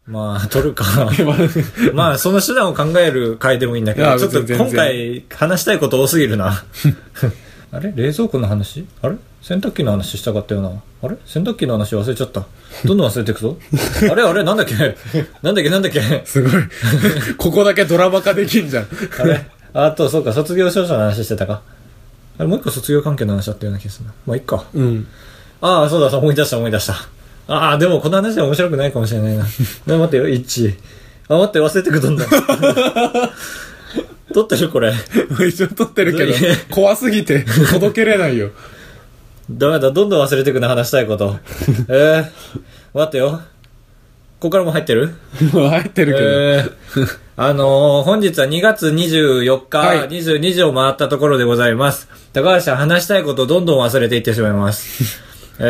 まあ、取るか。まあ、その手段を考える回でもいいんだけど、ちょっと今回話したいこと多すぎるな。あれ冷蔵庫の話あれ洗濯機の話したかったよな。あれ洗濯機の話忘れちゃった。どんどん忘れていくぞ。あれなんだっけすごい。ここだけドラマ化できんじゃん。 あれあと、そうか、卒業証書の話してたか。あれもう一個卒業関係の話あったような気がするな。まあ、いっか。 うん。 ああ、そうだ、思い出した。ああ、でもこの話は面白くないかもしれないな。待ってよ、1。あ、待って、忘れてくどんどん。撮ってるこれ。 一応撮ってるけど、怖すぎて届けれないよ。 ダメだ、どんどん忘れてくな、話したいこと。待ってよ。ここからも入ってる？ 入ってるけど。 本日は2月24日、はい、22時を回ったところでございます。高橋さん、話したいことをどんどん忘れていってしまいます。パ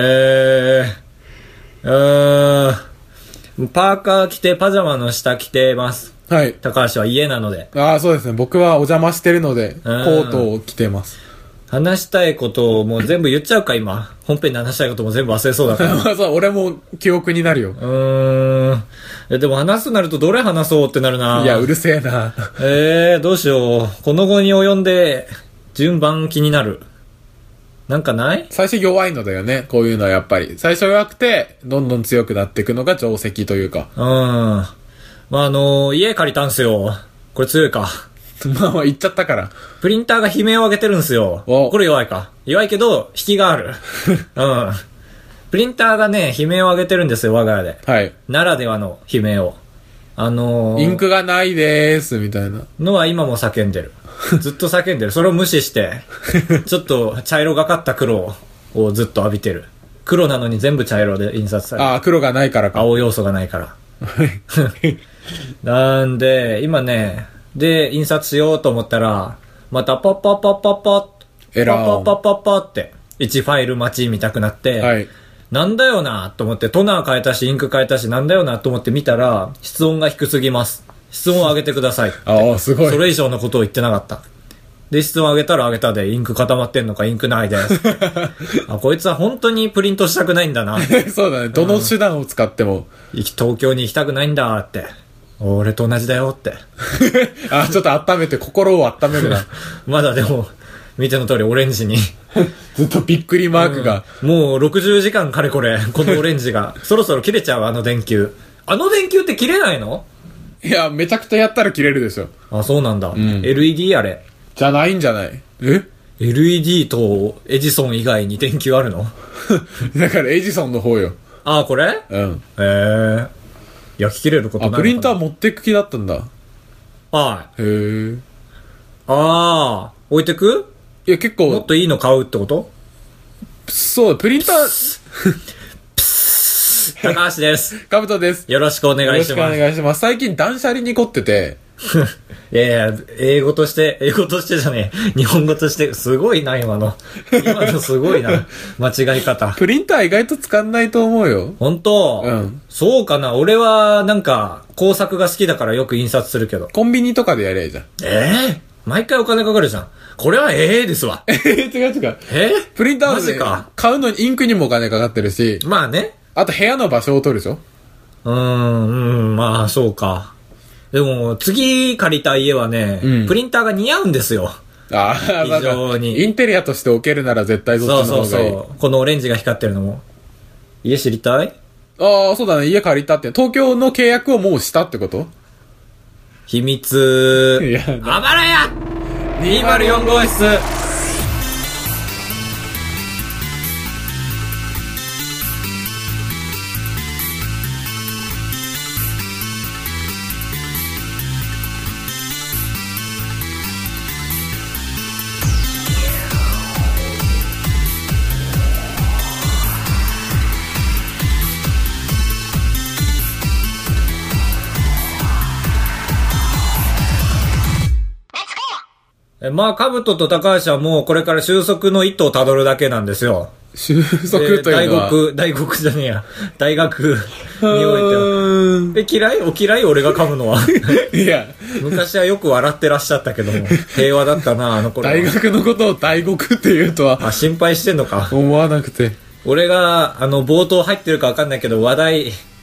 ーカー着て、パジャマの下着てます。 はい。 高橋は家なので。 ああ、そうですね。僕はお邪魔してるので、コートを着てます。 話したいことをもう全部言っちゃうか、今。本編で話したいことも全部忘れそうだから。 まあそう、俺も記憶になるよ。 でも話すとなるとどれ話そうってなるな。 いや、うるせえな。 どうしよう。この後に及んで、順番気になる。なんかない？ 最初弱いのだよね、こういうのはやっぱり。最初弱くて、どんどん強くなっていくのが定石というか。 まあ家借りたんすよ。これ強いか。 まあ言っちゃったから。 プリンターが悲鳴を上げてるんすよ。これ弱いか。弱いけど、引きがある。プリンターがね、悲鳴を上げてるんですよ、我が家で。 はい。 ならではの悲鳴を。 インクがないでーす、みたいな。 のは今も叫んでる。ずっと叫んでる。それを無視して、ちょっと茶色がかった黒をずっと浴びてる。黒なのに全部茶色で印刷されてる。 ああ、黒がないからか。 青要素がないから。なんで、今ね、で、印刷しようと思ったら、またパッパッパッパッパッ、 エラー。 パッパッパッパッって、1ファイル待ち見たくなって、 はい。 なんだよなと思って、トナー変えたし、インク変えたし、なんだよなと思って見たら、室温が低すぎます。室温を上げてください。 ああ、すごい。 それ以上のことを言ってなかった。で、室温上げたら上げたで、インク固まってんのか、インクないです。あ、こいつは本当にプリントしたくないんだな。 そうだね。どの手段を使っても。 東京に行きたくないんだって。俺と同じだよって。 あ、ちょっと温めて、心を温めるな。 まだでも、見ての通りオレンジに。 ずっとびっくりマークが。 もう60時間かれこれ、このオレンジが。そろそろ切れちゃう、あの電球。あの電球って切れないの？ いや、めちゃくちゃやったら切れるでしょ。 あ、そうなんだ。 うん、 LED あれ。 じゃないんじゃない？ LED とエジソン以外に電球あるの？ だからエジソンの方よ。 あ、これ？ うん。 焼き切れることないのかな。 プリンター持っていく気だったんだ。 はい。 へえ。 置いてく？ いや、結構。 もっといいの買うってこと？そう、 プリンター、 高橋です。 かぶとです。 よろしくお願いします。 よろしくお願いします。最近断捨離に凝ってて。 いやいや、英語としてじゃねえ。日本語として、すごいな、今のすごいな。間違い方。 プリンター意外と使んないと思うよ。 本当？ うん。 そうかな。俺は、なんか、工作が好きだからよく印刷するけど。 コンビニとかでやりゃいいじゃん。 毎回お金かかるじゃん。これはですわ。 違う。プリンターで買うのにインクにもお金かかってるし。 まあね。 あと部屋の場所を取るでしょ？ まあそうか。でも、次借りた家はね、プリンターが似合うんですよ。 ああ、非常に。インテリアとして置けるなら絶対そっちの方がいい。 そう。このオレンジが光ってるのも。家知りたい？ ああ、そうだね。家借りたって。東京の契約をもうしたってこと？ 秘密。 いや、 あばらや !204 号室。まあ、カブトと高橋はもうこれから収束の一途をたどるだけなんですよ。 収束というのは大学じゃねえや。大学においては。嫌い俺が噛むのは。 いや。 昔はよく笑ってらっしゃったけども、平和だったな、あの頃は。 大学のことを大国って言うとは。 心配してんのか。 思わなくて。 俺が、冒頭入ってるか分かんないけど、話題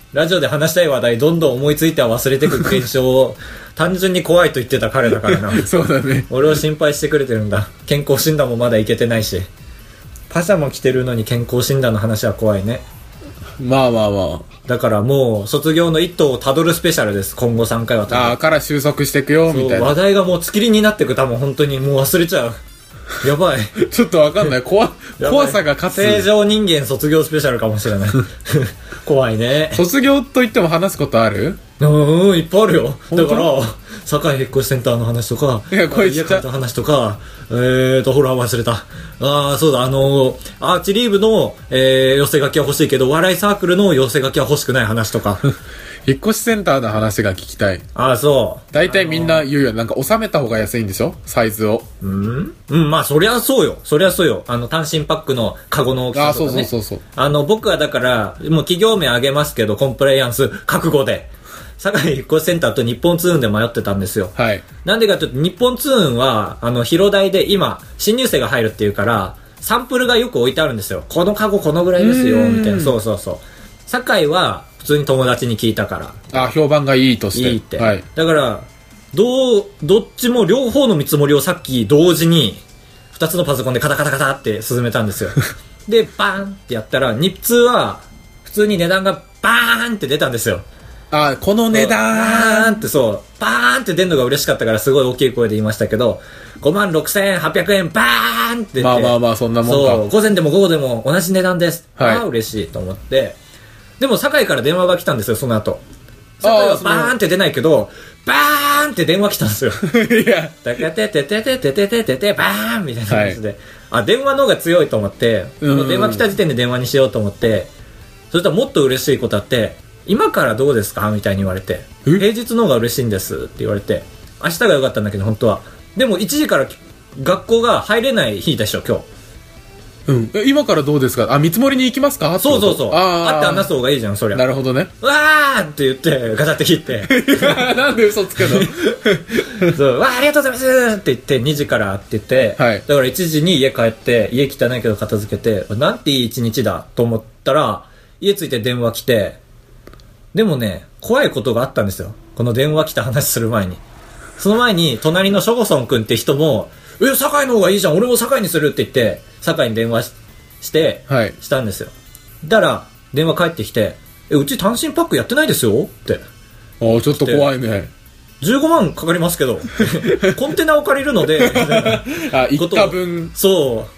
ラジオで話したい話題どんどん思いついては忘れていく現象を単純に怖いと言ってた彼だからな。 そうだね。 俺を心配してくれてるんだ。健康診断もまだ行けてないし、パジャマ着てるのに健康診断の話は怖いね。 まあまあまだからもう卒業の一途をたどるスペシャルです。今後3回は多分。 あ。ああ、から収束していくよ、みたいな。 話題がもう尽きりになってく。多分本当にもう忘れちゃう。やばい。 ちょっとわかんない。怖さが勝つ。 正常人間卒業スペシャルかもしれない。怖いね。 卒業と言っても話すことある？ いっぱいあるよ。だから、堺引っ越しセンターの話とか、 いや、これ家買った話とか、ほら、忘れた。そうだ、アーチリーブの、寄せ書きは欲しいけど、笑いサークルの寄せ書きは欲しくない話とか。 引っ越しセンターの話が聞きたい。 そう。 大体みんな言うよ。なんか収めた方が安いんでしょ？サイズを。 まあ、そりゃそうよ。そりゃそうよ。単身パックのカゴの大きさとかね。 そう。 僕はだから、もう企業名あげますけど、コンプライアンス覚悟で、堺引っ越しセンターと日本ツーンで迷ってたんですよ。 はい。 なんでかというと、日本ツーンは、広大で今、新入生が入るっていうから、サンプルがよく置いてあるんですよ。このカゴこのぐらいですよ、みたいな。そう。堺は、普通に友達に聞いたから。 評判がいいとして。 いいって。 はい。 だから、どっちも両方の見積もりをさっき同時に、2つのパソコンでカタカタカタって進めたんですよ。で、バーンってやったら、日通は、普通に値段がバーンって出たんですよ。 この値段バーンってバーンって出るのが嬉しかったからすごい大きい声で言いましたけど、56,800円バーンって言って。 まあ、そんなもんか。 午前でも午後でも同じ値段です。 はい。 嬉しいと思って。でも、堺から電話が来たんですよ、その後。堺はバーンって出ないけど、バーンって電話来たんですよ。 いや。 だからてててててててててバーンみたいな感じで。電話の方が強いと思って、電話来た時点で電話にしようと思って、そしたらもっと嬉しいことあって、今からどうですかみたいに言われて、平日の方が嬉しいんですって言われて、明日が良かったんだけど本当は。でも1時から学校が入れない日でしょ今日。今からどうですか？見積もりに行きますか？ そう。会って話す方がいいじゃん、そりゃ。 なるほどね。 わーって言って、ガチャって切って。 なんで嘘つくの？ ありがとうございますって言って、2時からって言って、 はい。 だから1時に家帰って、家汚いけど片付けて、なんていい一日だと思ったら、家着いて電話来て、でもね、怖いことがあったんですよ。この電話来た話する前に。その前に、隣のショゴソン君って人も、堺の方がいいじゃん、俺も堺にするって言って、堺に電話して、 はい、 したんですよ。だから、電話返ってきて、うち単身パックやってないですよって。 ちょっと怖いね。 15万かかりますけど、コンテナを借りるので、 行った分。 そう、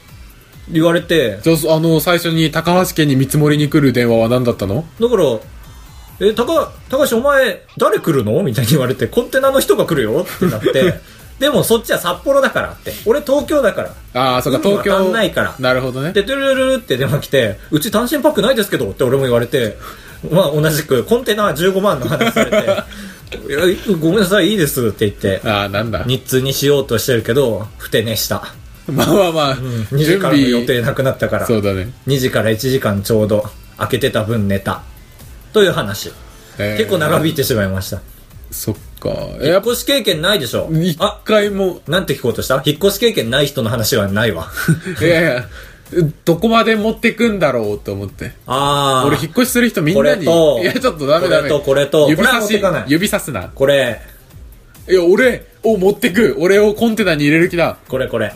言われて。 じゃあ、最初に高橋家に見積もりに来る電話は何だったの？ だから、高橋お前誰来るのみたいに言われて、コンテナの人が来るよってなってでもそっちは札幌だからって、俺東京だから、 そうか、東京渡んないから。 なるほどね。 でトゥルルルって電話来て、うち単身パックないですけどって俺も言われて、同じくコンテナ15万の話されてごめんなさいいいですって言って、 なんだ日通にしようとしてるけどふて寝した。 まあ、 2時からの予定なくなったから。 そうだね。 2時から1時間ちょうど空けてた分寝たという話。結構長引いてしまいました。 そっか。 引っ越し経験ないでしょ。 一回も。 なんて聞こうとした？引っ越し経験ない人の話はないわ。 いや、どこまで持ってくんだろうと思って。俺引っ越しする人みんなに。いや、ちょっとダメ。 これと、 指さすな。 これ。 いや、俺を持ってく。俺をコンテナに入れる気だ。 これ。はい。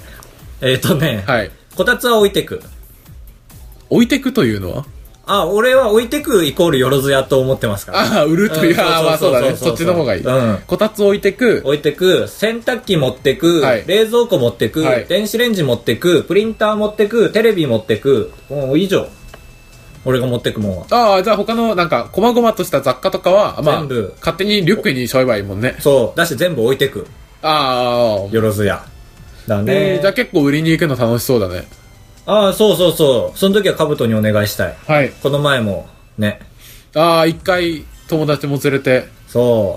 こたつは置いてく。 置いてくというのは？ 俺は置いてくイコールよろずやと思ってますから。 売るという、そうだね。そっちの方がいい。こたつ置いてく。 洗濯機持ってく。冷蔵庫持ってく。電子レンジ持ってく。プリンター持ってく。テレビ持ってく。もう以上。俺が持ってくもんは。 じゃあ他のなんか、細々とした雑貨とかは、全部。勝手にリュックにしょえばいいもんね。 そう。だし全部置いてく。よろずや。だね。 じゃあ結構売りに行くの楽しそうだね。 そう。その時はカブトにお願いしたい。 はい。 この前も、ね。 一回友達も連れて。 そう。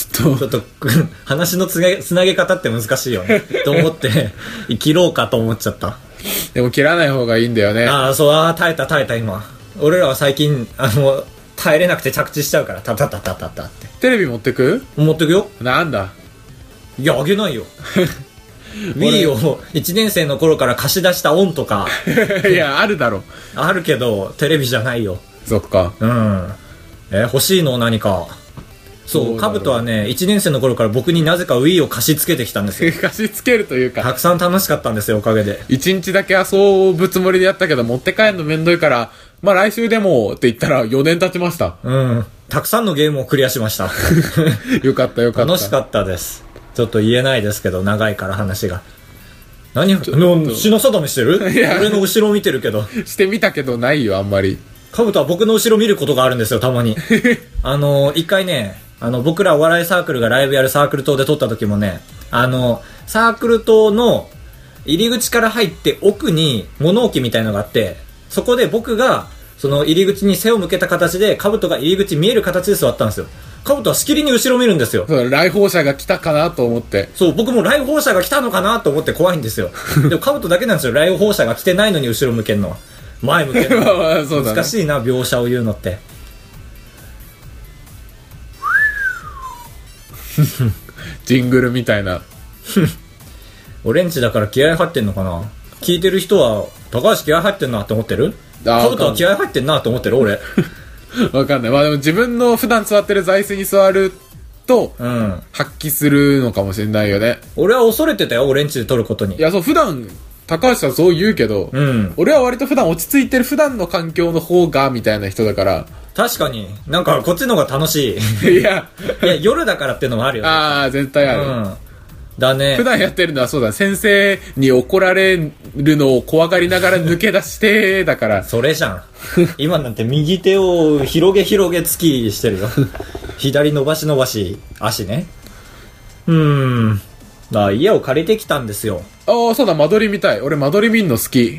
ちょっと、話のつなげ方って難しいよね。と思って、切ろうかと思っちゃった。 でも切らない方がいいんだよね。 耐えた今。俺らは最近、耐えれなくて着地しちゃうから、タタって。 テレビ持ってく？ 持ってくよ。 なんだ？ いや、あげないよ。Wii を1年生の頃から貸し出したオンとかいや、あるだろ。 あるけどテレビじゃないよ。 そっか。 うん。欲しいの何か。そう、カブトはね、1年生の頃から僕になぜか Wii を貸し付けてきたんですよ。 貸し付けるというか。 たくさん楽しかったんですよ、おかげで。 1日だけ遊ぶつもりでやったけど、持って帰るのめんどいから、まあ来週でもって言ったら4年経ちました。 うん。たくさんのゲームをクリアしました。 よかったよかった。 楽しかったです。ちょっと言えないですけど、長いから話が。品定めしてる？俺の後ろを見てるけど。 してみたけどないよ、あんまり。 カブトは僕の後ろ見ることがあるんですよ、たまに。一回ね、僕らお笑いサークルがライブやるサークル棟で撮った時もね、サークル棟の入り口から入って奥に物置みたいのがあって、そこで僕がその入り口に背を向けた形で、カブトが入り口見える形で座ったんですよ。カブトはしきりに後ろ見るんですよ。 そう、来訪者が来たかなと思って。 そう、僕も来訪者が来たのかなと思って怖いんですよ。でもカブトだけなんですよ、来訪者が来てないのに後ろ向けるのは。前向けるの。そうだね、難しいな、描写を言うのって。 ジングルみたいな。 俺んちだから気合入ってんのかな。聞いてる人は高橋気合入ってんなって思ってる？カブトは気合入ってんなって思ってる？俺わかんない。まあでも自分の普段座ってる座椅子に座ると、発揮するのかもしれないよね。 俺は恐れてたよ、俺んちで撮ることに。 いや、そう、普段高橋さんそう言うけど、俺は割と普段落ち着いてる普段の環境の方がみたいな人だから。 確かになんかこっちの方が楽しい。いや夜だからっていうのもあるよね。 ああ、絶対ある。 だね。 普段やってるのはそうだ、先生に怒られるのを怖がりながら抜け出してだからそれじゃん。今なんて右手を広げ突きしてるよ。左伸ばし足ね。家を借りてきたんですよ。 ああ、そうだ、間取り見たい。俺間取り見んの好き。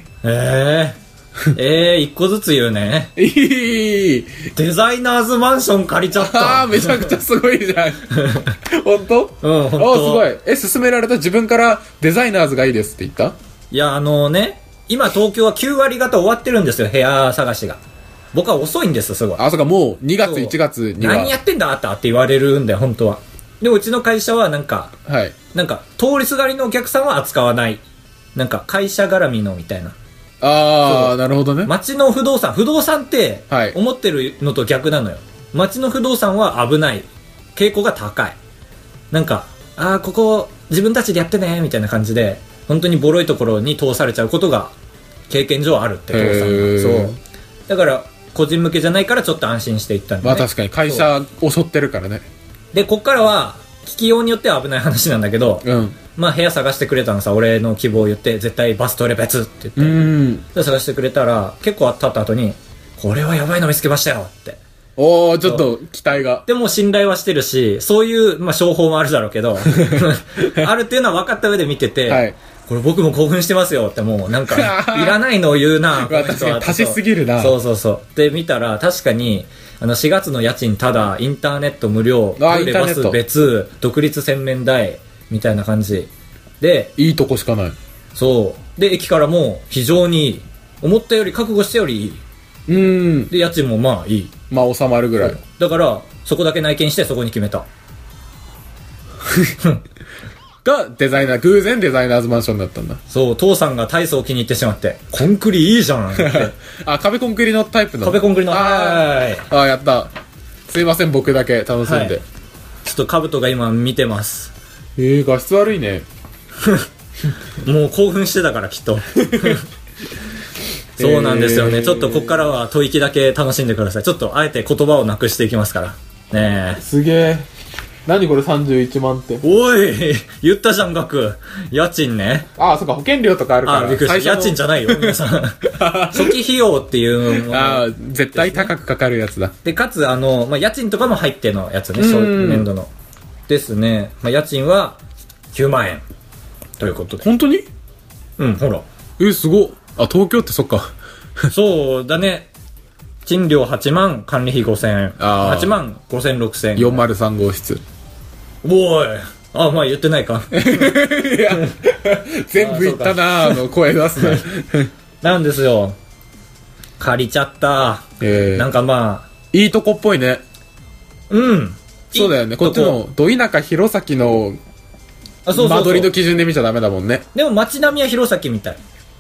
一個ずつ言うね。 いい。 デザイナーズマンション借りちゃった。 ああ、めちゃくちゃすごいじゃん。本当？ 本当。 すごい。勧められた？自分からデザイナーズがいいですって言った？ いや、今東京は9割方終わってるんですよ、部屋探しが。僕は遅いんです、すごい。 あ、そうか、もう2月、1月には。 何やってんだって言われるんだよ、本当は。でもうちの会社はなんか通りすがりのお客さんは扱わない。なんか会社絡みのみたいな。 ああ、なるほどね。 町の不動産って思ってるのと逆なのよ。町の不動産は危ない傾向が高い。なんかここ自分たちでやってねみたいな感じで、本当にボロいところに通されちゃうことが経験上あるって不動産が。そうだから個人向けじゃないからちょっと安心していったんで、ね。 まあ確かに会社襲ってるからね。でこっからは聞きようによっては危ない話なんだけど、まあ部屋探してくれたのさ、俺の希望を言って、絶対バストイレ別って言って、で探してくれたら結構経った後に、これはやばいの見つけましたよって。 おー、ちょっと期待が。 でも信頼はしてるし、そういう、商法もあるだろうけどあるっていうのは分かった上で見てて、これ僕も興奮してますよって、もうなんかいらないのを言うな。 確かに足しすぎるな。 そうで見たら確かに4月の家賃ただ、インターネット無料、トイレバス別、独立洗面台みたいな感じで、 いいとこしかない。 そうで駅からも非常にいい、思ったより覚悟したよりいい。で家賃もまあいい、 まあ収まるぐらいだから、そこだけ内見してそこに決めたが偶然デザイナーズマンションだったんだ。 そう、父さんが大層気に入ってしまって、コンクリいいじゃんって壁コンクリのタイプの。 壁コンクリの。 やった。すいません、僕だけ楽しんで。 ちょっとカブトが今見てます。 画質悪いね。 もう興奮してたからきっとそうなんですよね。ちょっとこっからは吐息だけ楽しんでください。ちょっとあえて言葉をなくしていきますからね。 すげえ。何これ31万って。 おい、言ったじゃん額。家賃ね。 そっか、保険料とかあるから。 びっくりした。家賃じゃないよ皆さん初期費用っていうのも、 絶対高くかかるやつだ。 でかつ家賃とかも入ってのやつね、初年度のですね。家賃は9万円ということで。 本当に？ ほらすごっ。東京ってそっかそうだね。賃料8万、管理費5000円。8万5000、6000円。 403号室。 おい。まあ言ってないか。 いや、全部言ったな声出すな。 なんですよ。借りちゃった。なんかまあ。 いいとこっぽいね。そうだよね。こっちの、ど田舎弘前の、間取りの基準で見ちゃダメだもんね。 でも街並みは弘前みたい。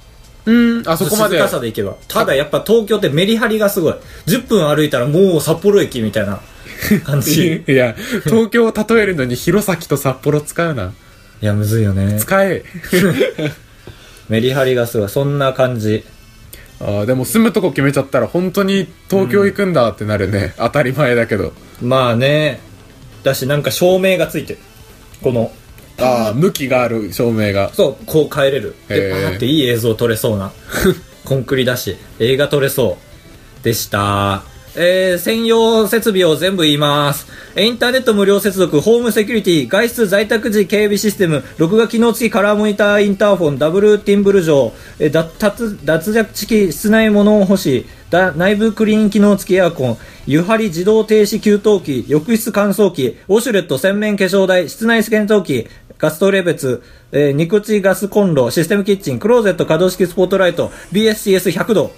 あそこまで。 静かさで行けば。ただやっぱ東京ってメリハリがすごい。10分歩いたらもう札幌駅みたいな感じ。 いや、東京を例えるのに弘前と札幌使うな。 いや、むずいよね。 使え。 メリハリがすごい。そんな感じ。 でも住むとこ決めちゃったら本当に東京行くんだってなるね。当たり前だけど。 まあね。だしなんか照明がついてる。この。 向きがある照明が。 そう、こう変えれる。で、バーっていい映像撮れそうな。コンクリだし、映画撮れそうでした。専用設備を全部言います。インターネット無料接続、ホームセキュリティ、外出在宅時警備システム、録画機能付きカラーモニターインターフォン、ダブルティンブル錠、脱弱式室内物干し、内部クリーン機能付きエアコン、湯張り自動停止給湯器、浴室乾燥機、ウォシュレット洗面化粧台、室内洗濯機、ガストレ別、ニクチガスコンロ、システムキッチン、クローゼット可動式スポットライト、BSCS100 度。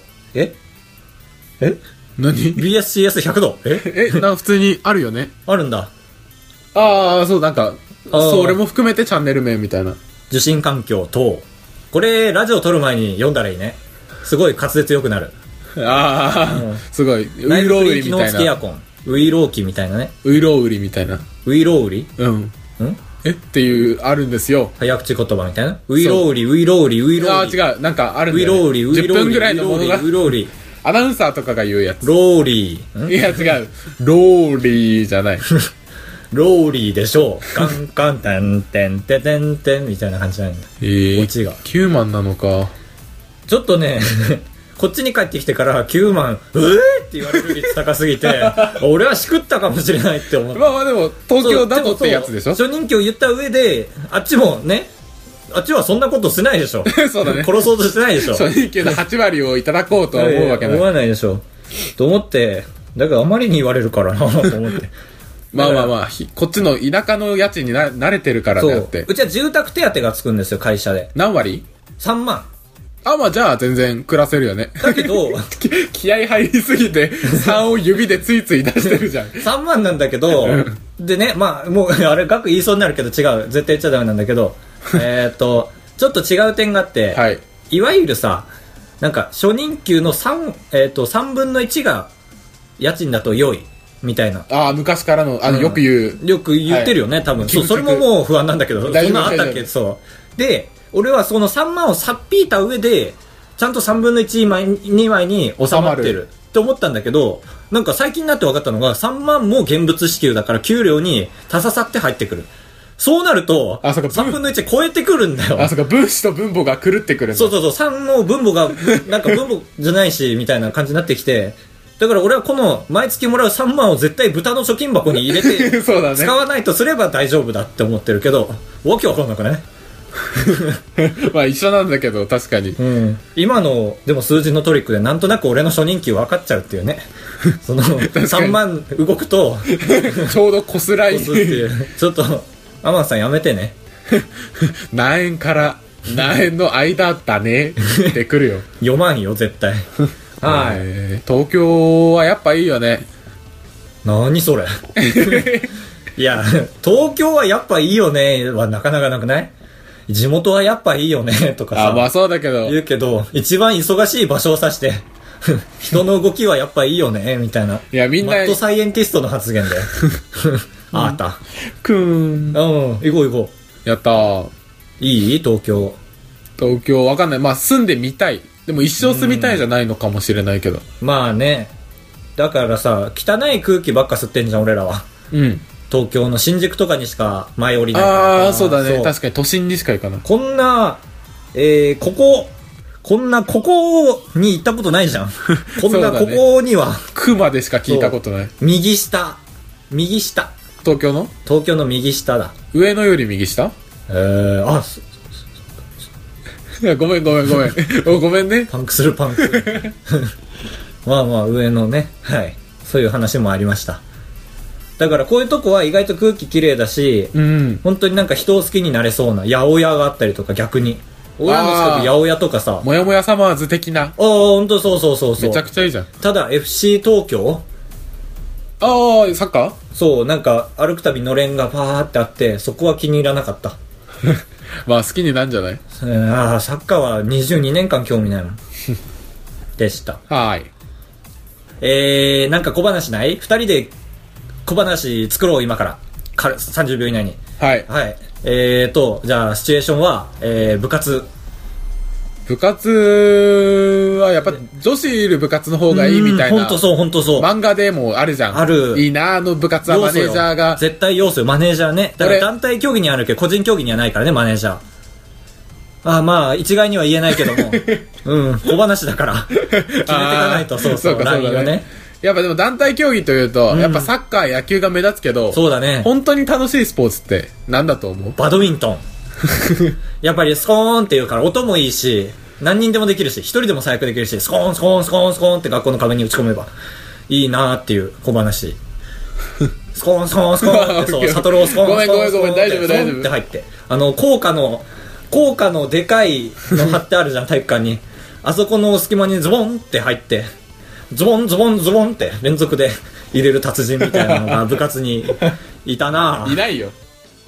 何 BSCS100 度普通にあるよね。 あるんだ。 そう、なんか、それも含めてチャンネル名みたいな。 受信環境等。これ、ラジオ撮る前に読んだらいいね。すごい滑舌良くなる。 すごい。ウイロウリみたいな。 機能付きエアコン。ウイロウキみたいなね。 ウイロウリみたいな。 ウイロウリっていう、あるんですよ。 早口言葉みたいな。ウイロウリ、ウイロウリ、ウイロウリ。 違う。なんかあるんだよ、ね。 ウイロウリ、ウイロウリ。 10分ぐらいのものが。 ウイロウリ。 アナウンサーとかが言うやつ。 ローリー。いや、違う。ローリーじゃない。 ローリーでしょう。カンカンテンテンテテンテンみたいな感じなんだ。オチが。 9万なのか。 ちょっとね、こっちに帰ってきてから9万、って言われる率高すぎて、俺はしくったかもしれないって思って。 まあでも、東京だとってやつでしょ。 初任給を言った上で、あっちもね、あっちはそんなことしないでしょ。 そうだね。 殺そうとしてないでしょ。 初任給の8割をいただこうとは思うわけない。 思わないでしょ。と思って、だからあまりに言われるからなと思って。 まあ、こっちの田舎の家賃に慣れてるからであって。 うちは住宅手当がつくんですよ、会社で。 何割 ?3 万。 じゃあ全然暮らせるよね。 だけど、 気合入りすぎて、3を指でついつい出してるじゃん。 3万なんだけど、でね、まあ、もう、あれ、額言いそうになるけど違う。絶対言っちゃダメなんだけど、ちょっと違う点があって、 はい。 いわゆるさ、なんか、初任給の3分の1が家賃だと良い。みたいな。 昔からの、よく言う。 よく言ってるよね、多分。そう、それももう不安なんだけど、そんなあったっけ、そう。で、俺はその3万をさっぴいた上で、ちゃんと3分の1枚、2枚に収まってるって思ったんだけど、なんか最近になって分かったのが、3万も現物支給だから給料に足ささって入ってくる。そうなると、3分の1超えてくるんだよ。 そうか、分子と分母が狂ってくるんだ。 そう、3の分母が、なんか分母じゃないし、みたいな感じになってきて、だから俺はこの毎月もらう3万を絶対豚の貯金箱に入れてそうだね、 使わないとすれば大丈夫だって思ってるけど、わけわかんなくないまあ一緒なんだけど、確かに。 今の、でも数字のトリックでなんとなく俺の初任給分かっちゃうっていうね。その、3万動くと、 ちょうどこすらい。 っていう。ちょっと、アマンさんやめてね。 何円から何円の間だねってくるよ。 読まんよ、絶対。 はい。東京はやっぱいいよね。 何それ。いや、東京はやっぱいいよねはなかなかなくない？地元はやっぱいいよねとかさ。 まあそうだけど。 言うけど、一番忙しい場所を指して、人の動きはやっぱいいよねみたいな。 いや、みんな。 マッドサイエンティストの発言で。あった。 くーん。 行こう行こう。やったー。 いい？東京。 東京わかんない。まあ住んでみたい。でも一生住みたいじゃないのかもしれないけど。 まあね。だからさ、汚い空気ばっか吸ってんじゃん、俺らは。東京の新宿とかにしか前降りないから。 そうだね。確かに都心にしか行かない。 こんな、ここに行ったことないじゃん。こんな、ここには。 熊でしか聞いたことない。 右下。 東京の右下だ。 上野より右下？ごめん。ごめんね。 パンクする。まあまあ上のね、はい。そういう話もありました。だからこういうとこは意外と空気きれいだし、本当になんか人を好きになれそうな八百屋があったりとか逆に。俺らの近く八百屋とかさ。 もやもやサマーズ的な。 本当そう。 めちゃくちゃいいじゃん。 ただ FC 東京？ サッカー？ そう、なんか歩くたびのれんがパーってあって、そこは気に入らなかった。 まあ好きになんじゃない？ サッカーは22年間興味ないもん。でした。 はい。 なんか小話ない？二人で小話作ろう、今から。30秒以内に。 はい。 はい。じゃあ、シチュエーションは、部活はやっぱ女子いる部活の方がいいみたいな。 ほんとそう。 漫画でもあるじゃん。 ある。 いいな、部活はマネージャーが。 絶対要素よ、マネージャーね。だから団体競技にあるけど、個人競技にはないからね、マネージャー。まあ、一概には言えないけども。小話だから。決めていかないと、そう、ラインをね。 やっぱでも団体競技というと、やっぱサッカー、野球が目立つけど、 そうだね。 本当に楽しいスポーツって何だと思う？ バドミントン。やっぱりスコーンっていうから音もいいし、何人でもできるし、一人でも最悪できるし、スコーンって学校の壁に打ち込めばいいなーっていう小話。スコーンってそう、サトルをスコーンごめん、大丈夫。 って入って。校歌のでかいの貼ってあるじゃん、体育館に。あそこの隙間にズボンって入って、ズボンって連続で入れる達人みたいなのが部活にいたなぁ。 いないよ。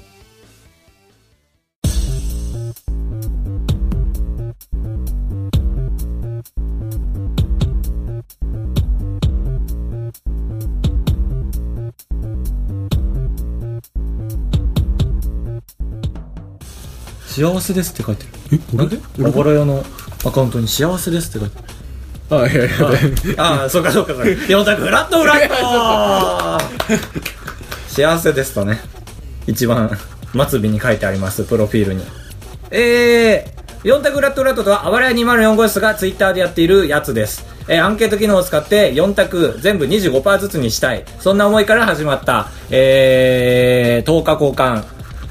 幸せですって書いてる。なんで？ラボラ用のアカウントに幸せですって書いてる。そうか。4択フラット幸せですとね、一番末尾に書いてあります、プロフィールに。4択フラットとは、あばらや204号室がツイッターでやっているやつです。アンケート機能を使って4択全部 25% ずつにしたい。そんな思いから始まった、10日交換、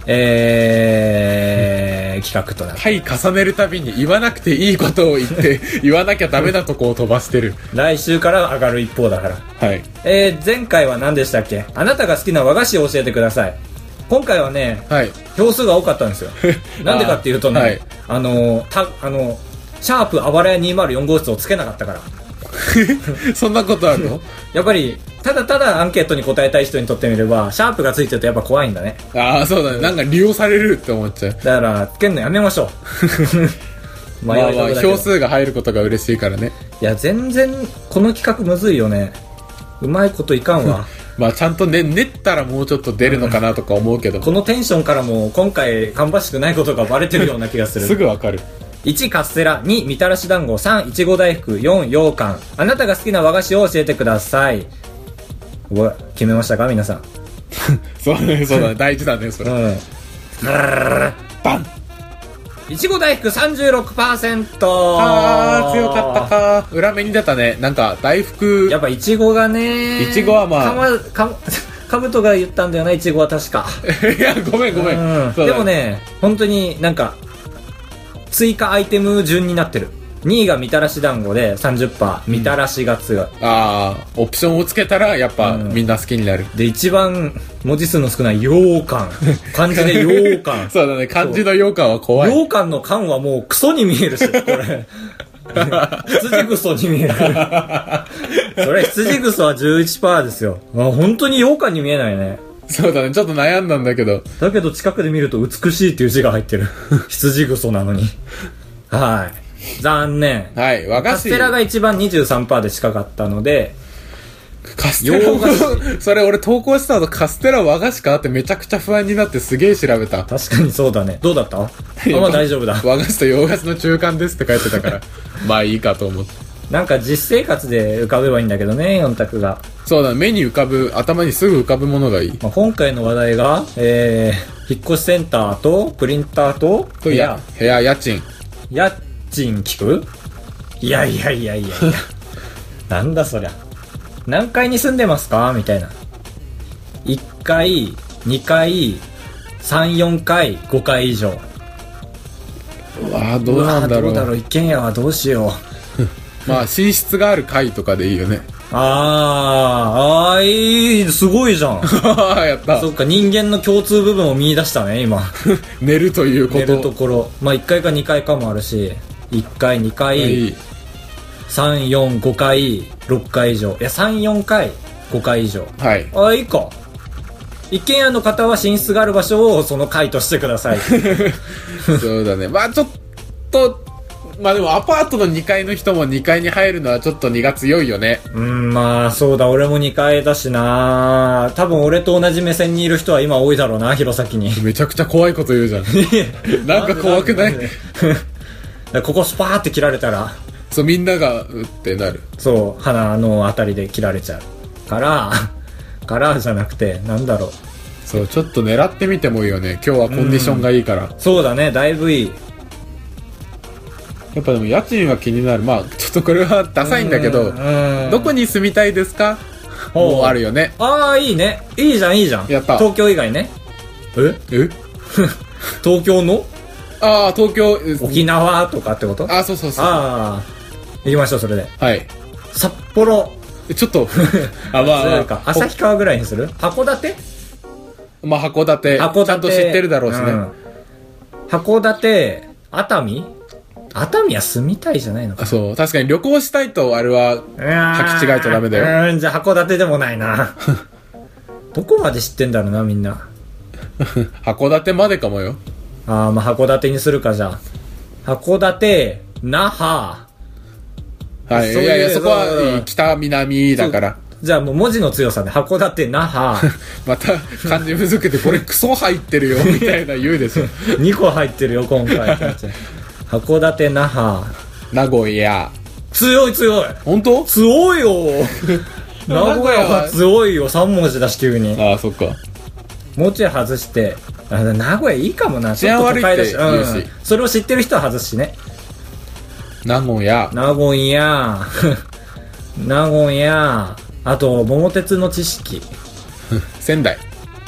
企画となって、 重ねるたびに言わなくていいことを言って言わなきゃダメなとこを飛ばしてる。 来週から上がる一方だから。 はい。 前回は何でしたっけ？あなたが好きな和菓子を教えてください。今回はね、票数が多かったんですよ。なんでかっていうとね、シャープあばらや204号室をつけなかったから。 そんなことあるの？ やっぱりただアンケートに答えたい人にとってみれば、シャープがついてるとやっぱ怖いんだね。 そうだね。なんか利用されるって思っちゃう。 だからつけるのやめましょう。 まあ票数が入ることが嬉しいからね。 いや全然この企画むずいよね。うまいこといかんわ。 ちゃんと練ったらもうちょっと出るのかなとか思うけど、 このテンションからも今回芳しくないことがバレてるような気がする。 すぐわかる。 1カステラ、2みたらし団子、3いちご大福、4羊羹。あなたが好きな和菓子を教えてください。決めましたか皆さん？ そうだね大事だねそれ。 バン。いちご大福 36%。 強かったか。裏目に出たね。なんか大福、 やっぱいちごがね、 いちごはかぶとが言ったんだよな、いちごは確か。 いやごめん、 でもね、本当になんか追加アイテム順になってる。2位がみたらし団子で 30%、みたらしが強い。 オプションをつけたらやっぱみんな好きになる。 で、一番文字数の少ない羊羹。漢字で羊羹。 そうだね、漢字の羊羹は怖い。 羊羹の羹はもうクソに見えるし、これ。羊ぐそに見える。それ羊ぐそは 11% ですよ。本当に羊羹に見えないね。 そうだね、ちょっと悩んだんだけど近くで見ると美しいっていう字が入ってる。羊ぐそなのに。はい。残念。 はい、和菓子。 カステラが一番 23% で近かったので、 カステラそれ俺投稿した後、カステラ和菓子かってめちゃくちゃ不安になってすげえ調べた。 確かにそうだね。どうだった？大丈夫だ。 和菓子と洋菓子の中間ですって書いてたからまあいいかと思って。 なんか実生活で浮かべばいいんだけどね、4択が。 そうだ、目に浮かぶ、頭にすぐ浮かぶものがいい。 今回の話題が、引っ越しセンターとプリンターと部屋家賃聞く？いやなんだそりゃ。何階に住んでますかみたいな。1階2階3、4階5階以上。 どうなんだろう。 一軒家はどうしよう。まあ寝室がある階とかでいいよね。 いい、すごいじゃん。 やった。 そっか、人間の共通部分を見出したね今。 寝るということ。 寝るところ、1階か2階かもあるし、1階2階、3、4、5階6階以上。いや3、4階5階以上。 はい。 いいか。 一軒家の方は寝室がある場所をその階としてください。 そうだね。まあちょっと、まあでもアパートの2階の人も2階に入るのはちょっと2が強いよね。 まあそうだ、俺も2階だしな。多分俺と同じ目線にいる人は今多いだろうな、弘前に。 めちゃくちゃ怖いこと言うじゃん。なんか怖くない？ ここスパーって切られたら、 そう、みんながうってなる。 そう、鼻のあたりで切られちゃうからじゃなくて、なんだろう。 そう、ちょっと狙ってみてもいいよね。今日はコンディションがいいから。 そうだね、だいぶいい。 やっぱでも家賃は気になる。まあちょっとこれはダサいんだけど、どこに住みたいですか？もうあるよね。 ああ、いいね。いいじゃん。 やった。 東京以外ね。東京の？ ああ、東京。 沖縄とかってこと？ ああ、そう。 ああ、行きましょう、それで。 はい。 札幌。 ちょっと、まあ、旭川ぐらいにする？函館？ まあ函館。ちゃんと知ってるだろうしね。 函館、熱海は住みたいじゃないのか。 そう、確かに旅行したいとあれは履き違えちゃダメだよ。 じゃあ函館でもないな。どこまで知ってんだろうな、みんな。 函館までかもよ。 まあ函館にするか、じゃあ。函館、那覇。 はい、いやそこは北南だから。 じゃあもう文字の強さで函館、那覇。 また漢字むずくてこれクソ入ってるよみたいな言うでしょ。 2個入ってるよ今回。函館、那覇、 名古屋。 強い。 本当？ 強いよ。名古屋は強いよ。3文字だし急に。 ああ、そっか。 もうちょい外して、名古屋いいかもな。 治安悪いって言うし、 それを知ってる人は外すしね。 名古屋。 あと桃鉄の知識。 仙台。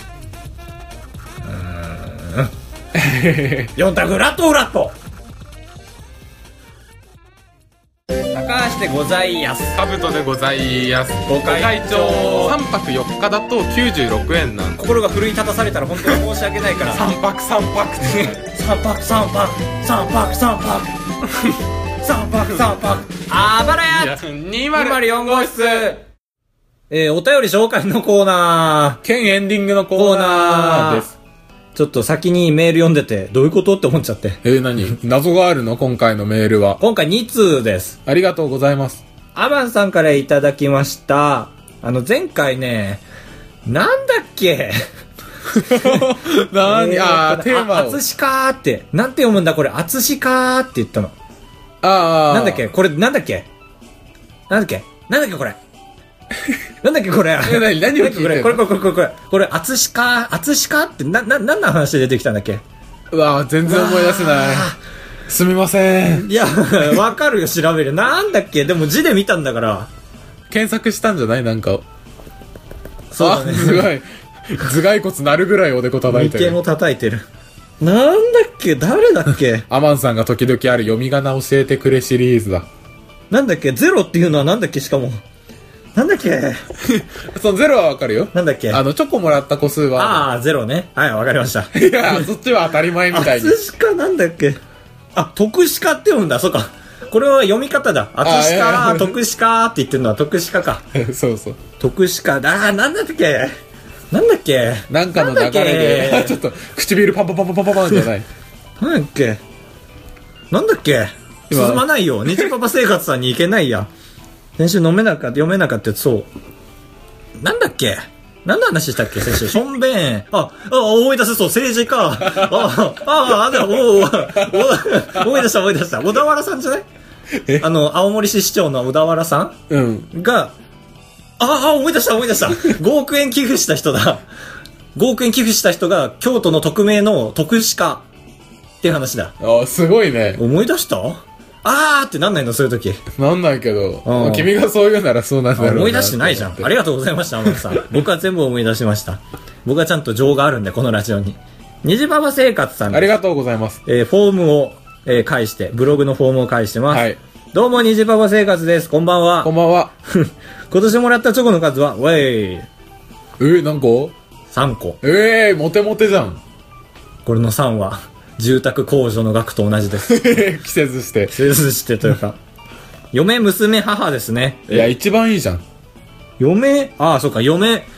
4択フラット。高橋でございやす。 カブトでございやす。 ご会長。 3泊4日だと96円なんで。 心が奮い立たされたら本当に申し訳ないから。 3泊3泊あばらや204号室。お便り紹介のコーナー兼エンディングのコーナーです。 ちょっと先にメール読んでてどういうことって思っちゃって。 何謎があるの？今回のメールは。 今回2通です。 ありがとうございます。 アマンさんからいただきました。前回ね、なんだっけテーマを。 あつしかーって。なんて読むんだこれ。あつしかーって言ったの。なんだっけこれ、なんだっけこれ。なんだっけこれ。 何を聞いてるの？ これ、あつしかって、何の話で出てきたんだっけ？ うわ全然思い出せない。すみません。 いや、わかるよ、調べる。なんだっけ？でも字で見たんだから。 検索したんじゃない？なんか。 そうだね。 すごい。頭蓋骨なるぐらいおでこ叩いてる。 眉間も叩いてる。なんだっけ？誰だっけ？ アマンさんが時々ある読み仮名教えてくれシリーズだ。 なんだっけ？ゼロっていうのはなんだっけ？しかも。なんだっけそのゼロはわかるよ。 なんだっけチョコもらった個数は。 ゼロね。はい、わかりました。 いや、そっちは当たり前みたいに。 あつしかなんだっけ？徳しかって読むんだ。そうか。これは読み方だ。あつしか、徳しかって言ってるのは徳しかか。 そうそう。 徳しか、なんだったっけ？ なんかの流れで。ちょっと、唇パンパンじゃない。 なんだっけ進まないよ。日パパ生活さんに行けないや。先週読めなかったやつ、そう。なんだっけ？何の話したっけ先週。しょんべん。思い出せそう。政治家。思い出した。小田原さんじゃない？青森市市長の小田原さんが、思い出した。5億円寄付した人だ。5億円寄付した人が、京都の匿名の徳歯科っていう話だ。 すごいね。 思い出した？ってなんないのそういう時。 なんないけど、君がそう言うならそうなんだろうな。 思い出してないじゃん。ありがとうございました、天野さん。僕は全部思い出しました。僕はちゃんと情があるんで、このラジオに。虹パパ生活さん。 ありがとうございます。 フォームを、返して、ブログのフォームを返してます。 はい。 どうも、虹パパ生活です。こんばんは。 こんばんは。 今年もらったチョコの数は、 何個？ 3 個。 モテモテじゃん。 これの3は、住宅控除の額と同じです。 季節してというか。嫁、娘、母ですね。 いや、一番いいじゃん。 嫁、そうか、嫁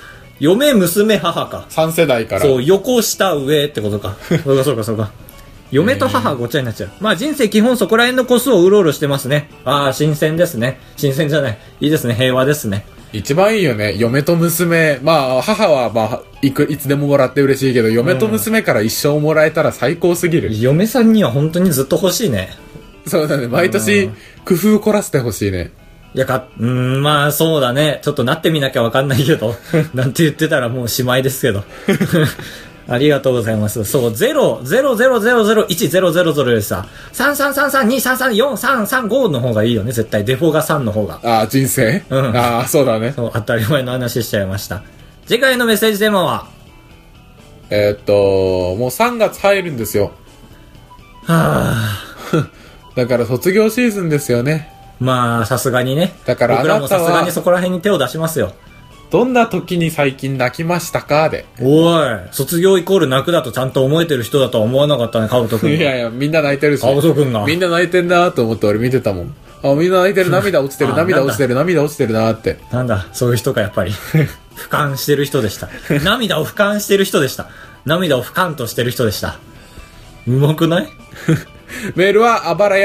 嫁、娘、母か。 3世代から。 そう、横、下、上ってことか。そうか。嫁と母ごっちゃになっちゃう。まあ人生基本そこら辺の個数をうろうろしてますね。ああ、新鮮ですね。新鮮じゃない。いいですね。平和ですね。 一番いいよね。嫁と娘。まあ、母はまあ、いつでももらって嬉しいけど、嫁と娘から一生もらえたら最高すぎる。 嫁さんには本当にずっと欲しいね。 そうだね。毎年、工夫凝らしてほしいね。 いやまあそうだね。ちょっとなってみなきゃわかんないけど。なんて言ってたらもうしまいですけど。ありがとうございます。そう、0000100でさ、333323343335の方がいいよね、絶対。デフォが3の方が。 ああ、人生うん。 ああ、そうだね。 そう、当たり前の話しちゃいました。次回のメッセージテーマはもう3月入るんですよ。 はぁ。 だから卒業シーズンですよね。 まあ、さすがにね。 だからあなたは僕らもさすがにそこら辺に手を出しますよ。 どんな時に最近泣きましたかで。 おい、卒業イコール泣くだとちゃんと思えてる人だとは思わなかったね、カブト君。 いやいや、みんな泣いてるし。 カブト君が。 みんな泣いてんなと思って俺見てたもん。あ、みんな泣いてる、涙落ちてる、涙落ちてる、涙落ちてるなって。 なんだ、そういう人か、やっぱり。俯瞰してる人でした。涙を俯瞰してる人でした。涙を俯瞰としてる人でした。うまくないメールは、あばらや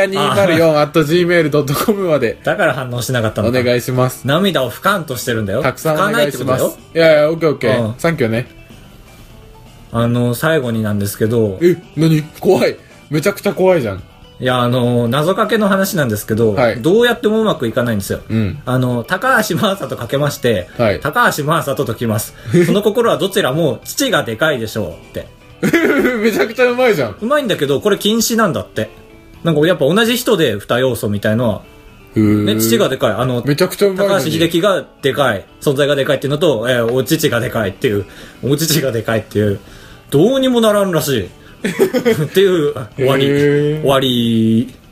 204@gmail.com まで。 だから反応しなかったのか。 お願いします。 涙を俯瞰としてるんだよ。 たくさんお願いします。 いや、オッケーオッケー。サンキューね。 最後になんですけど。 何怖い。めちゃくちゃ怖いじゃん。 いや、謎かけの話なんですけど、はい、どうやってもうまくいかないんですよ。 うん、 高橋真麻とかけまして、 はい、 高橋真麻と解きます。その心はどちらも父がでかいでしょうって。 めちゃくちゃうまいじゃん。 うまいんだけど、これ禁止なんだって。なんかやっぱ同じ人で2要素みたいのは、ね、父がでかい。 めちゃくちゃうまい。 高橋秀樹がでかい。存在がでかいっていうのと、お父がでかいっていう、お父がでかいっていう、どうにもならんらしい。っていう、終わり。